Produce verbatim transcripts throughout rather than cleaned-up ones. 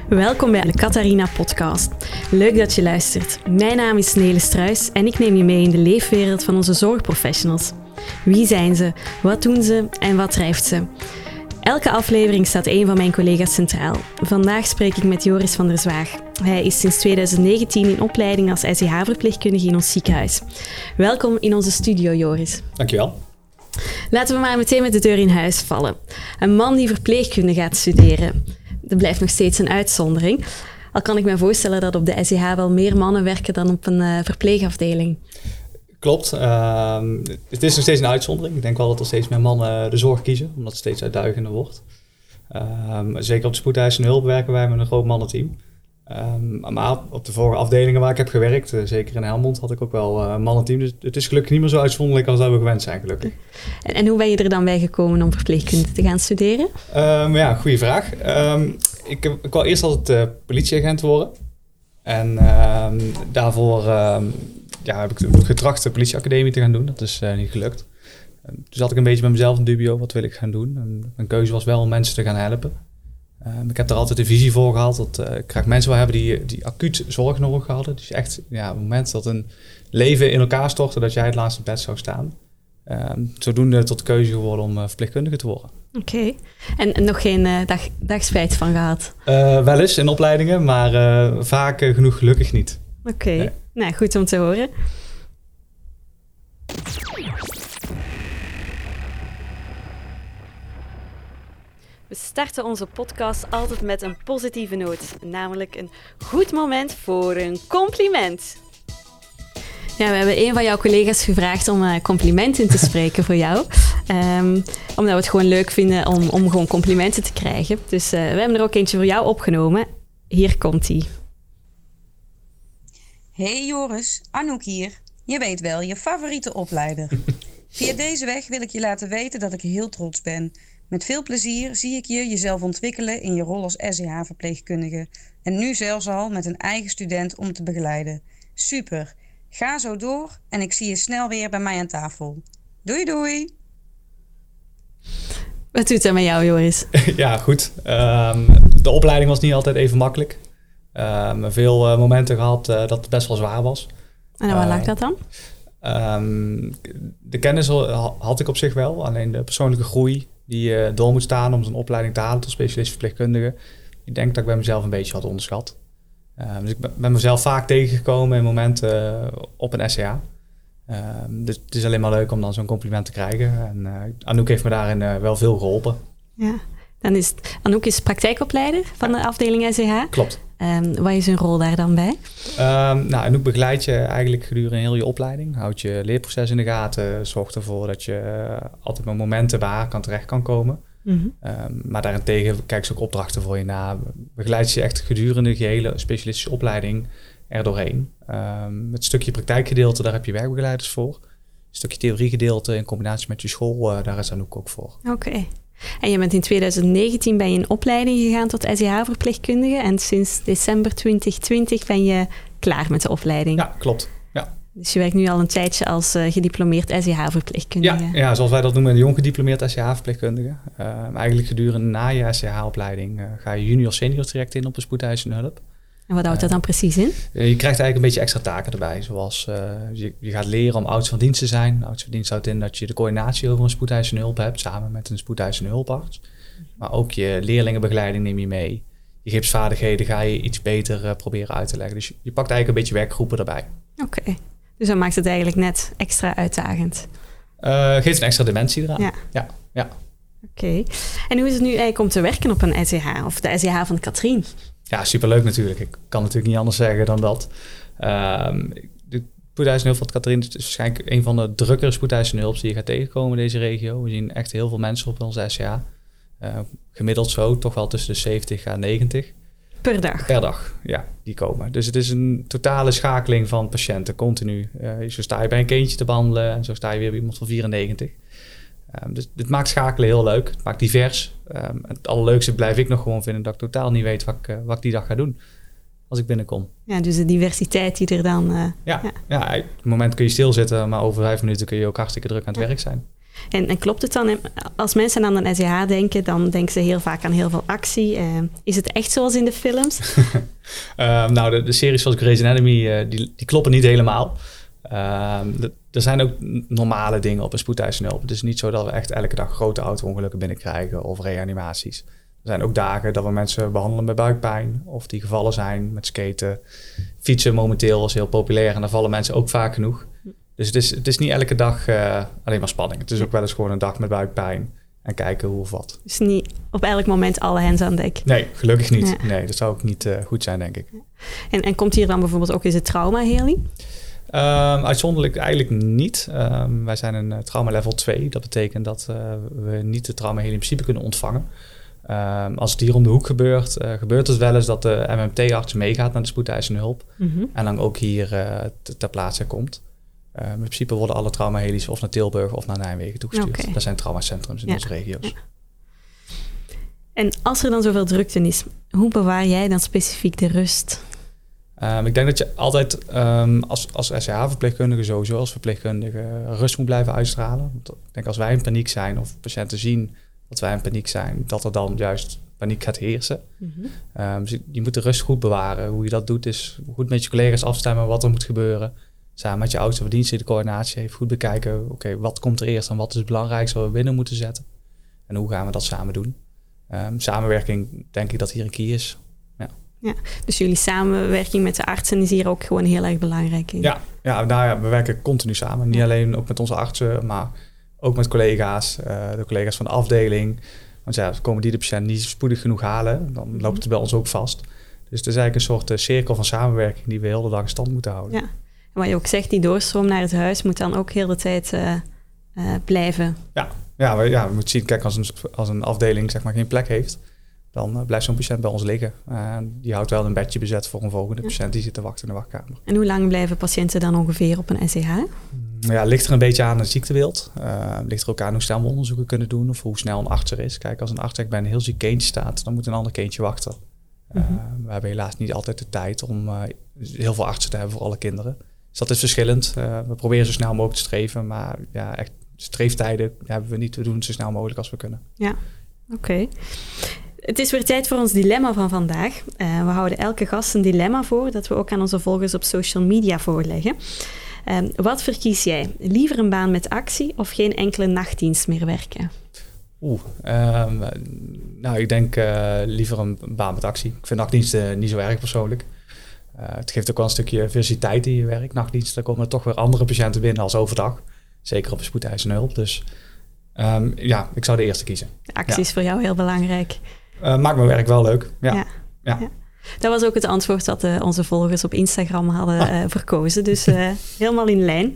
Welkom bij de Catharina podcast. Leuk dat je luistert. Mijn naam is Nele Struijs en ik neem je mee in de leefwereld van onze zorgprofessionals. Wie zijn ze? Wat doen ze? En wat drijft ze? Elke aflevering staat een van mijn collega's centraal. Vandaag spreek ik met Joris van der Zwaag. Hij is sinds twintig negentien in opleiding als S E H-verpleegkundige in ons ziekenhuis. Welkom in onze studio, Joris. Dankjewel. Laten we maar meteen met de deur in huis vallen. Een man die verpleegkunde gaat studeren. Dat blijft nog steeds een uitzondering. Al kan ik me voorstellen dat op de S E H wel meer mannen werken dan op een uh, verpleegafdeling. Klopt. Uh, het is nog steeds een uitzondering. Ik denk wel dat er steeds meer mannen de zorg kiezen, omdat het steeds uitdagender wordt. Uh, zeker op de spoedeisende hulp werken wij met een groot mannenteam. Um, maar op de vorige afdelingen waar ik heb gewerkt, uh, zeker in Helmond, had ik ook wel uh, een mannenteam. Dus het is gelukkig niet meer zo uitzonderlijk als dat we gewend zijn, gelukkig. En, en hoe ben je er dan bij gekomen om verpleegkunde te gaan studeren? Um, ja, goede vraag. Um, ik, ik wou eerst altijd uh, politieagent worden. En um, daarvoor um, ja, heb ik getracht de politieacademie te gaan doen. Dat is uh, niet gelukt. Um, toen zat ik een beetje met mezelf in dubio, wat wil ik gaan doen? En mijn keuze was wel om mensen te gaan helpen. Um, ik heb er altijd een visie voor gehad dat uh, ik graag mensen wil hebben die, die acuut zorg nodig hadden. Dus echt ja, op het moment dat een leven in elkaar stortte, dat jij het laatste bed zou staan. Um, zodoende tot de keuze geworden om uh, verpleegkundige te worden. Oké. Okay. En, en nog geen uh, dag, dagspijt van gehad? Uh, wel eens in opleidingen, maar uh, vaak uh, genoeg gelukkig niet. Oké. Okay. Nee. Nou, goed om te horen. We starten onze podcast altijd met een positieve noot, namelijk een goed moment voor een compliment. Ja, we hebben een van jouw collega's gevraagd om uh, complimenten te spreken voor jou. Um, omdat we het gewoon leuk vinden om, om gewoon complimenten te krijgen. Dus uh, we hebben er ook eentje voor jou opgenomen. Hier komt-ie. Hey Joris, Anouk hier. Je weet wel, je favoriete opleider. Via deze weg wil ik je laten weten dat ik heel trots ben. Met veel plezier zie ik je jezelf ontwikkelen in je rol als S E H-verpleegkundige. En nu zelfs al met een eigen student om te begeleiden. Super, ga zo door en ik zie je snel weer bij mij aan tafel. Doei doei! Wat doet dat met jou, Joris? Ja, goed. Um, de opleiding was niet altijd even makkelijk. Um, veel uh, momenten gehad uh, dat het best wel zwaar was. En waar uh, lag dat dan? Um, de kennis had ik op zich wel, alleen de persoonlijke groei die uh, door moet staan om zo'n opleiding te halen tot specialist verpleegkundige. Ik denk dat ik bij mezelf een beetje had onderschat. Uh, dus ik ben mezelf vaak tegengekomen in momenten uh, op een S E H. Uh, dus het is alleen maar leuk om dan zo'n compliment te krijgen. En uh, Anouk heeft me daarin uh, wel veel geholpen. Ja, dan is het, Anouk is praktijkopleider van de afdeling S E H. Klopt. Um, wat is hun rol daar dan bij? Um, nou, Anouk begeleid je eigenlijk gedurende heel je opleiding. Houd je leerproces in de gaten. Zorgt ervoor dat je uh, altijd met momenten waar kan terecht kan komen. Mm-hmm. Um, maar daarentegen kijkt ze ook opdrachten voor je na. Begeleid je echt gedurende je hele specialistische opleiding er doorheen. Um, het stukje praktijkgedeelte, daar heb je werkbegeleiders voor. Een stukje theoriegedeelte in combinatie met je school, uh, daar is Anouk ook voor. Oké. Okay. En je bent in twintig negentien bij je in opleiding gegaan tot S E H-verpleegkundige. En sinds december twintig twintig ben je klaar met de opleiding. Ja, klopt. Ja. Dus je werkt nu al een tijdje als uh, gediplomeerd S E H-verpleegkundige. Ja, ja, zoals wij dat noemen, een jong gediplomeerd S E H-verpleegkundige. Uh, eigenlijk gedurende na je S E H-opleiding uh, ga je junior-senior traject in op de spoedeisende hulp. En wat houdt dat dan precies in? Uh, je krijgt eigenlijk een beetje extra taken erbij. Zoals uh, je, je gaat leren om ouds van dienst te zijn. Ouds van dienst houdt in dat je de coördinatie over een spoedeisende hulp hebt, samen met een spoedeisende hulparts. Maar ook je leerlingenbegeleiding neem je mee. Je gipsvaardigheden ga je iets beter uh, proberen uit te leggen. Dus je, je pakt eigenlijk een beetje werkgroepen erbij. Oké, okay. Dus dat maakt het eigenlijk net extra uitdagend. Uh, geeft een extra dimensie eraan. Ja. ja, ja. Oké. Okay. En hoe is het nu eigenlijk om te werken op een S E H of de S E H van Katrien? Ja, superleuk natuurlijk. Ik kan natuurlijk niet anders zeggen dan dat. Um, de spoedeisende hulp van Katrien is waarschijnlijk een van de drukkere spoedeisende hulps die je gaat tegenkomen in deze regio. We zien echt heel veel mensen op onze S E H. Uh, gemiddeld zo, toch wel tussen de zeventig à negentig. Per dag? Per dag, ja, die komen. Dus het is een totale schakeling van patiënten, continu. Uh, zo sta je bij een kindje te behandelen en zo sta je weer bij iemand van vierennegentig. Um, dus dit maakt schakelen heel leuk. Het maakt divers. Um, het allerleukste blijf ik nog gewoon vinden dat ik totaal niet weet wat ik, uh, wat ik die dag ga doen als ik binnenkom. Ja, dus de diversiteit die er dan... Uh, ja, ja. ja, op het moment kun je stilzitten, maar over vijf minuten kun je ook hartstikke druk aan het ja. werk zijn. En, en klopt het dan, als mensen aan een S C H denken, dan denken ze heel vaak aan heel veel actie. Uh, is het echt zoals in de films? uh, nou, de, de series zoals Grey's Anatomy, uh, die, die kloppen niet helemaal. Uh, de, er zijn ook normale dingen op een spoedeisende hulp. Het is niet zo dat we echt elke dag grote auto-ongelukken binnenkrijgen of reanimaties. Er zijn ook dagen dat we mensen behandelen met buikpijn of die gevallen zijn met skaten. Fietsen momenteel is heel populair en daar vallen mensen ook vaak genoeg. Dus het is, het is niet elke dag uh, alleen maar spanning. Het is ook wel eens gewoon een dag met buikpijn en kijken hoe of wat. Dus niet op elk moment alle hens aan dek? Nee, gelukkig niet. Ja. Nee, dat zou ook niet uh, goed zijn, denk ik. En, en komt hier dan bijvoorbeeld ook eens het trauma-healing? Um, uitzonderlijk eigenlijk niet. Um, wij zijn een uh, trauma level twee. Dat betekent dat uh, we niet de trauma-healing in principe kunnen ontvangen. Um, als het hier om de hoek gebeurt, uh, gebeurt het wel eens dat de M M T-arts meegaat naar de spoedeisende hulp. Mm-hmm. En dan ook hier uh, te, ter plaatse komt. Uh, in principe worden alle trauma-heli's of naar Tilburg of naar Nijmegen toegestuurd. Okay. Dat zijn traumacentrums in ja. onze regio's. Ja. En als er dan zoveel drukte is, hoe bewaar jij dan specifiek de rust? Um, ik denk dat je altijd um, als, als S C H-verpleegkundige sowieso als verpleegkundige rust moet blijven uitstralen. Want ik denk als wij in paniek zijn of patiënten zien dat wij in paniek zijn, dat er dan juist paniek gaat heersen. Mm-hmm. Um, dus je moet de rust goed bewaren. Hoe je dat doet is goed met je collega's afstemmen wat er moet gebeuren. Samen met je oudste verdienste de coördinatie heeft goed bekijken. Oké, okay, wat komt er eerst en wat is het belangrijkste wat we binnen moeten zetten? En hoe gaan we dat samen doen? Um, samenwerking denk ik dat hier een key is. Ja. Ja, dus jullie samenwerking met de artsen is hier ook gewoon heel erg belangrijk. In. Ja, ja, nou ja, we werken continu samen. Niet ja. alleen ook met onze artsen, maar ook met collega's, uh, de collega's van de afdeling. Want ja, komen die de patiënt niet spoedig genoeg halen, dan mm-hmm. loopt het bij ons ook vast. Dus het is eigenlijk een soort uh, cirkel van samenwerking die we heel de dag in stand moeten houden. Ja, en wat je ook zegt, die doorstroom naar het huis moet dan ook heel de tijd uh, uh, blijven. Ja, ja, we, ja, we moeten zien, kijk, als een, als een afdeling zeg maar geen plek heeft, dan uh, blijft zo'n patiënt bij ons liggen. Uh, die houdt wel een bedje bezet voor een volgende ja. patiënt die zit te wachten in de wachtkamer. En hoe lang blijven patiënten dan ongeveer op een S C H? Ja, ligt er een beetje aan het ziektebeeld. Uh, ligt er ook aan hoe snel we onderzoeken kunnen doen of hoe snel een arts er is. Kijk, als een arts bij een heel ziek kindje staat, dan moet een ander kindje wachten. Uh, mm-hmm. We hebben helaas niet altijd de tijd om uh, heel veel artsen te hebben voor alle kinderen. Dus dat is verschillend. Uh, we proberen zo snel mogelijk te streven, maar ja, echt streeftijden hebben we niet. We doen zo snel mogelijk als we kunnen. Ja, oké. Okay. Het is weer tijd voor ons dilemma van vandaag. Uh, we houden elke gast een dilemma voor dat we ook aan onze volgers op social media voorleggen. Um, wat verkies jij? Liever een baan met actie of geen enkele nachtdienst meer werken? Oeh, um, nou ik denk uh, liever een baan met actie. Ik vind nachtdiensten niet zo erg persoonlijk. Uh, het geeft ook wel een stukje diversiteit in je werk. Nachtdiensten komen er toch weer andere patiënten binnen als overdag. Zeker op een spoedeisende hulp. Dus um, ja, ik zou de eerste kiezen. De actie ja. is voor jou heel belangrijk. Uh, maakt mijn werk wel leuk, ja. ja. ja. ja. Dat was ook het antwoord dat uh, onze volgers op Instagram hadden uh, verkozen. Dus uh, helemaal in lijn.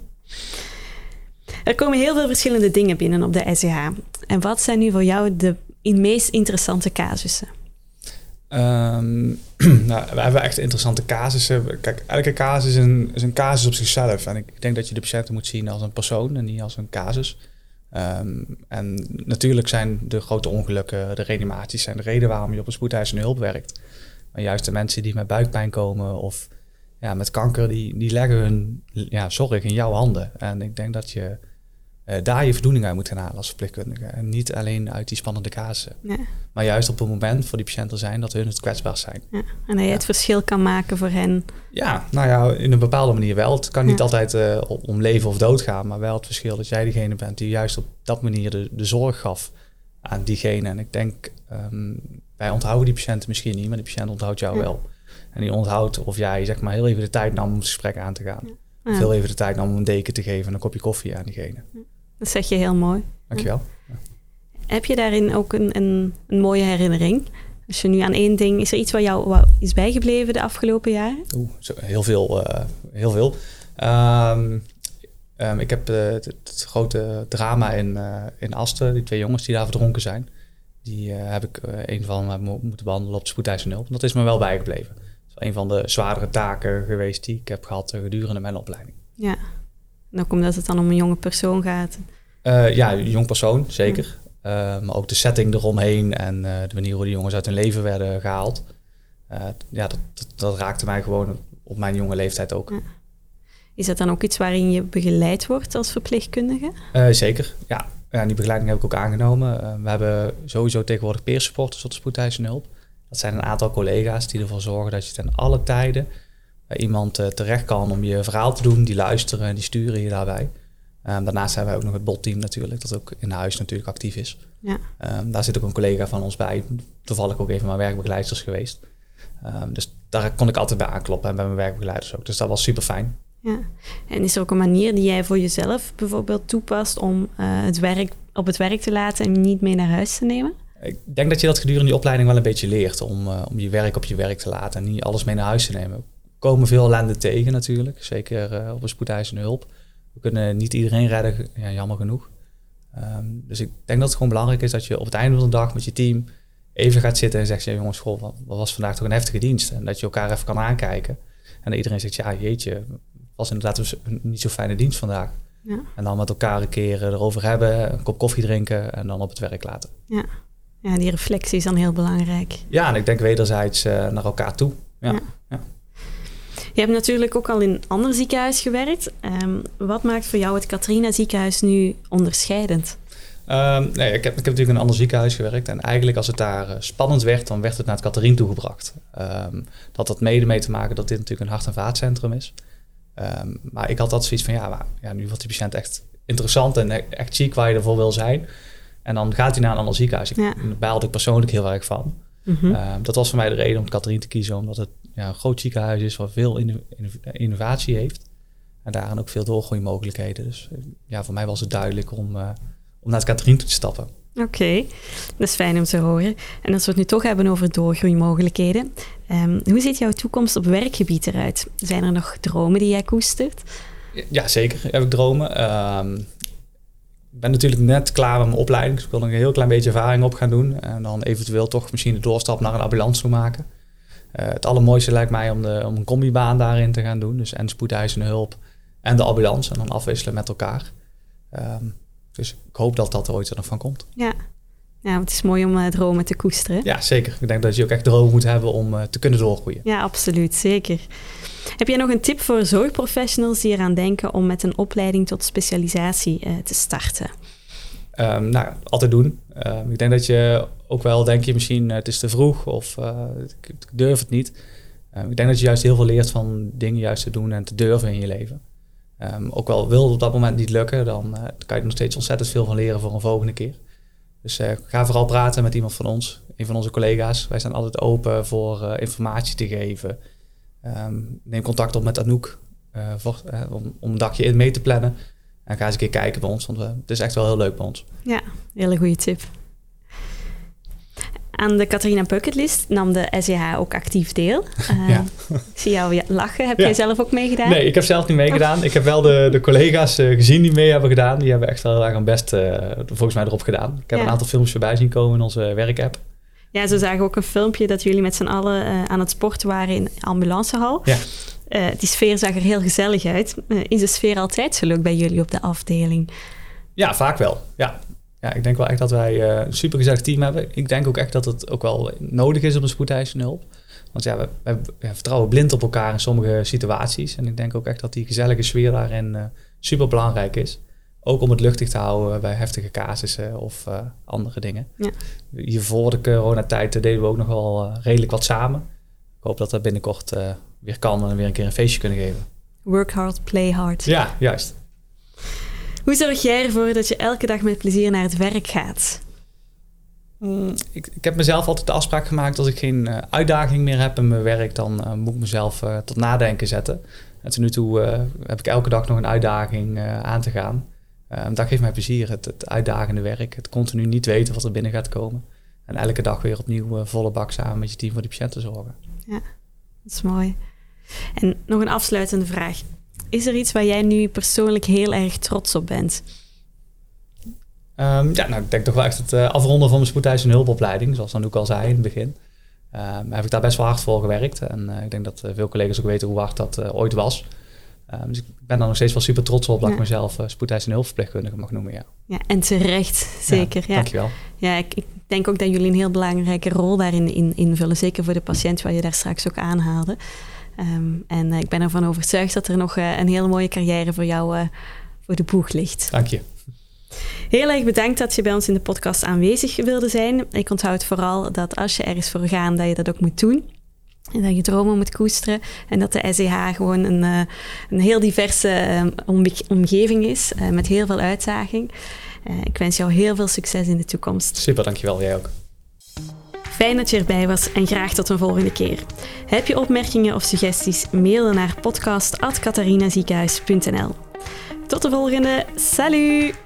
Er komen heel veel verschillende dingen binnen op de S C H. En wat zijn nu voor jou de meest interessante casussen? Um, nou, we hebben echt interessante casussen. Kijk, elke casus is een, is een casus op zichzelf. En ik denk dat je de patiënten moet zien als een persoon en niet als een casus. Um, en natuurlijk zijn de grote ongelukken, de reanimaties, zijn de reden waarom je op een spoedeisende hulp werkt. Maar juist de mensen die met buikpijn komen of ja, met kanker, die, die leggen hun ja, zorg in jouw handen. En ik denk dat je uh, daar je voldoening uit moet gaan halen als verpleegkundige. En niet alleen uit die spannende casussen. Ja. Maar juist op het moment voor die patiënten zijn dat hun het kwetsbaar zijn. Ja. En dat je ja. het verschil kan maken voor hen. Ja, nou ja, in een bepaalde manier wel. Het kan niet ja. altijd uh, om leven of dood gaan, maar wel het verschil dat jij degene bent die juist op dat manier de, de zorg gaf aan diegene. En ik denk, um, wij onthouden die patiënten misschien niet, maar die patiënt onthoudt jou ja. wel. En die onthoudt of jij zeg maar heel even de tijd nam om het gesprek aan te gaan. Ja. Ja. Of heel even de tijd nam om een deken te geven en een kopje koffie aan diegene. Ja. Dat zeg je heel mooi. Dankjewel. Ja. Heb je daarin ook een, een, een mooie herinnering? Als je nu aan één ding... Is er iets wat jou wat is bijgebleven de afgelopen jaren? Oeh, zo, heel veel. Uh, heel veel. Um, um, ik heb uh, het, het grote drama in, uh, in Asten. Die twee jongens die daar verdronken zijn. Die uh, heb ik uh, een van uh, moeten behandelen op de spoedeisende hulp. En dat is me wel bijgebleven. Dat is een van de zwaardere taken geweest die ik heb gehad uh, gedurende mijn opleiding. Ja, en ook omdat het dan om een jonge persoon gaat. Uh, ja, een jong persoon, zeker. Ja. Uh, maar ook de setting eromheen en uh, de manier hoe die jongens uit hun leven werden gehaald. Uh, ja, dat, dat, dat raakte mij gewoon op mijn jonge leeftijd ook. Ja. Is dat dan ook iets waarin je begeleid wordt als verpleegkundige? Uh, zeker, ja. ja. Die begeleiding heb ik ook aangenomen. Uh, we hebben sowieso tegenwoordig peer supporters op de spoedeisende hulp. Dat zijn een aantal collega's die ervoor zorgen dat je ten alle tijden bij iemand uh, terecht kan om je verhaal te doen. Die luisteren en die sturen je daarbij. Um, daarnaast hebben wij ook nog het B O T-team natuurlijk, dat ook in huis natuurlijk actief is. Ja. Um, daar zit ook een collega van ons bij. Toevallig ook even mijn werkbegeleiders geweest. Um, dus daar kon ik altijd bij aankloppen en bij mijn werkbegeleiders ook. Dus dat was super fijn. Ja. En is er ook een manier die jij voor jezelf bijvoorbeeld toepast om uh, het werk op het werk te laten en niet mee naar huis te nemen? Ik denk dat je dat gedurende die opleiding wel een beetje leert om, uh, om je werk op je werk te laten en niet alles mee naar huis te nemen. We komen veel ellende tegen natuurlijk, zeker uh, op een spoedeisende hulp. We kunnen niet iedereen redden, ja, jammer genoeg. Um, dus ik denk dat het gewoon belangrijk is dat je op het einde van de dag met je team even gaat zitten en zegt, ja, jongens, goh, wat was vandaag toch een heftige dienst? En dat je elkaar even kan aankijken. En dat iedereen zegt, ja, jeetje, het was inderdaad een niet zo fijne dienst vandaag. Ja. En dan met elkaar een keer erover hebben, een kop koffie drinken en dan op het werk laten. Ja, ja die reflectie is dan heel belangrijk. Ja, en ik denk wederzijds uh, naar elkaar toe. Ja. Ja. Ja. Je hebt natuurlijk ook al in een ander ziekenhuis gewerkt. Um, wat maakt voor jou het Catharina ziekenhuis nu onderscheidend? Um, nee, ik, heb, ik heb natuurlijk in een ander ziekenhuis gewerkt. En eigenlijk als het daar uh, spannend werd, dan werd het naar het Catharina toegebracht. Um, dat had mede mee te maken dat dit natuurlijk een hart- en vaatcentrum is. Um, maar ik had dat zoiets van, ja, maar, ja, nu wordt die patiënt echt interessant en echt chic waar je ervoor wil zijn. En dan gaat hij naar een ander ziekenhuis. Ik, ja. Daar baalde ik persoonlijk heel erg van. Mm-hmm. Um, dat was voor mij de reden om het Catharina te kiezen, omdat het ja, een groot ziekenhuis is wat veel inno- innovatie heeft. En daarin ook veel doorgroeimogelijkheden. Dus ja, voor mij was het duidelijk om, uh, om naar het Catharina te stappen. Oké, okay. Dat is fijn om te horen. En als we het nu toch hebben over doorgroeimogelijkheden. Um, hoe ziet jouw toekomst op werkgebied eruit? Zijn er nog dromen die jij koestert? Ja, zeker heb ik dromen. Um, ik ben natuurlijk net klaar met mijn opleiding. Dus ik wil nog een heel klein beetje ervaring op gaan doen. En dan eventueel toch misschien de doorstap naar een ambulance toe maken. Uh, het allermooiste lijkt mij om, de, om een combibaan daarin te gaan doen. Dus en spoedeisende hulp en de ambulance. En dan afwisselen met elkaar. Um, dus ik hoop dat dat er ooit er nog van komt. Ja, ja, het is mooi om uh, dromen te koesteren. Ja, zeker. Ik denk dat je ook echt dromen moet hebben om uh, te kunnen doorgroeien. Ja, absoluut. Zeker. Heb jij nog een tip voor zorgprofessionals die eraan denken om met een opleiding tot specialisatie uh, te starten? Um, nou, altijd doen. Um, ik denk dat je ook wel denk je misschien uh, het is te vroeg of uh, ik, ik durf het niet. Um, ik denk dat je juist heel veel leert van dingen juist te doen en te durven in je leven. Um, ook wel wil het op dat moment niet lukken, dan uh, kan je er nog steeds ontzettend veel van leren voor een volgende keer. Dus uh, ga vooral praten met iemand van ons, een van onze collega's. Wij zijn altijd open voor uh, informatie te geven. Um, neem contact op met Anouk uh, voor, uh, om, om een dagje in mee te plannen. En ga eens een keer kijken bij ons, want uh, het is echt wel heel leuk bij ons. Ja, hele goede tip. Aan de Catharina Bucketlist nam de S E H ook actief deel. Uh, ja. Ik zie jou lachen. Heb ja. jij zelf ook meegedaan? Nee, ik heb zelf niet meegedaan. Ik heb wel de, de collega's uh, gezien die mee hebben gedaan. Die hebben echt wel heel erg hun best uh, volgens mij erop gedaan. Ik heb ja. een aantal filmpjes voorbij zien komen in onze werkapp. Ja, ze zagen ook een filmpje dat jullie met z'n allen uh, aan het sporten waren in de ambulancehal. Ja. Uh, die sfeer zag er heel gezellig uit. Uh, is de sfeer altijd zo leuk bij jullie op de afdeling? Ja, vaak wel. Ja. Ja, ik denk wel echt dat wij uh, een supergezellig team hebben. Ik denk ook echt dat het ook wel nodig is op een spoedeisende hulp. Want ja, we, we, we vertrouwen blind op elkaar in sommige situaties. En ik denk ook echt dat die gezellige sfeer daarin uh, super belangrijk is. Ook om het luchtig te houden bij heftige casussen of uh, andere dingen. Ja. Hier voor de coronatijd deden we ook nog wel uh, redelijk wat samen. Ik hoop dat dat binnenkort uh, weer kan en weer een keer een feestje kunnen geven. Work hard, play hard. Ja, juist. Hoe zorg jij ervoor dat je elke dag met plezier naar het werk gaat? Mm, ik, ik heb mezelf altijd de afspraak gemaakt... als ik geen uh, uitdaging meer heb in mijn werk... dan uh, moet ik mezelf uh, tot nadenken zetten. En tot nu toe uh, heb ik elke dag nog een uitdaging uh, aan te gaan. Uh, dat geeft mij plezier, het, het uitdagende werk. Het continu niet weten wat er binnen gaat komen. En elke dag weer opnieuw uh, volle bak samen met je team voor de patiënten zorgen. Ja, dat is mooi. En nog een afsluitende vraag. Is er iets waar jij nu persoonlijk heel erg trots op bent? Um, ja, nou, ik denk toch wel echt het uh, afronden van mijn spoedeisende hulpopleiding. Zoals Anouk al zei in het begin. Uh, heb ik daar best wel hard voor gewerkt. En uh, ik denk dat uh, veel collega's ook weten hoe hard dat uh, ooit was. Uh, dus ik ben daar nog steeds wel super trots op dat ja. ik mezelf uh, spoedeisende hulpverpleegkundige mag noemen. Ja. Ja, en terecht, zeker. Ja, ja. Dankjewel. Ja, ik, ik denk ook dat jullie een heel belangrijke rol daarin in, invullen. Zeker voor de patiënt waar je daar straks ook aanhaalde. Um, en uh, ik ben ervan overtuigd dat er nog uh, een hele mooie carrière voor jou uh, voor de boeg ligt. Dank je. Heel erg bedankt dat je bij ons in de podcast aanwezig wilde zijn. Ik onthoud vooral dat als je ergens voor gaat, dat je dat ook moet doen. En dat je dromen moet koesteren. En dat de S E H gewoon een, uh, een heel diverse uh, omge- omgeving is. Uh, met heel veel uitdaging. Uh, ik wens jou heel veel succes in de toekomst. Super, dankjewel. Jij ook. Fijn dat je erbij was en graag tot een volgende keer. Heb je opmerkingen of suggesties? Mail dan naar podcast apenstaartje catharinaziekenhuis punt n l. Tot de volgende. Salut!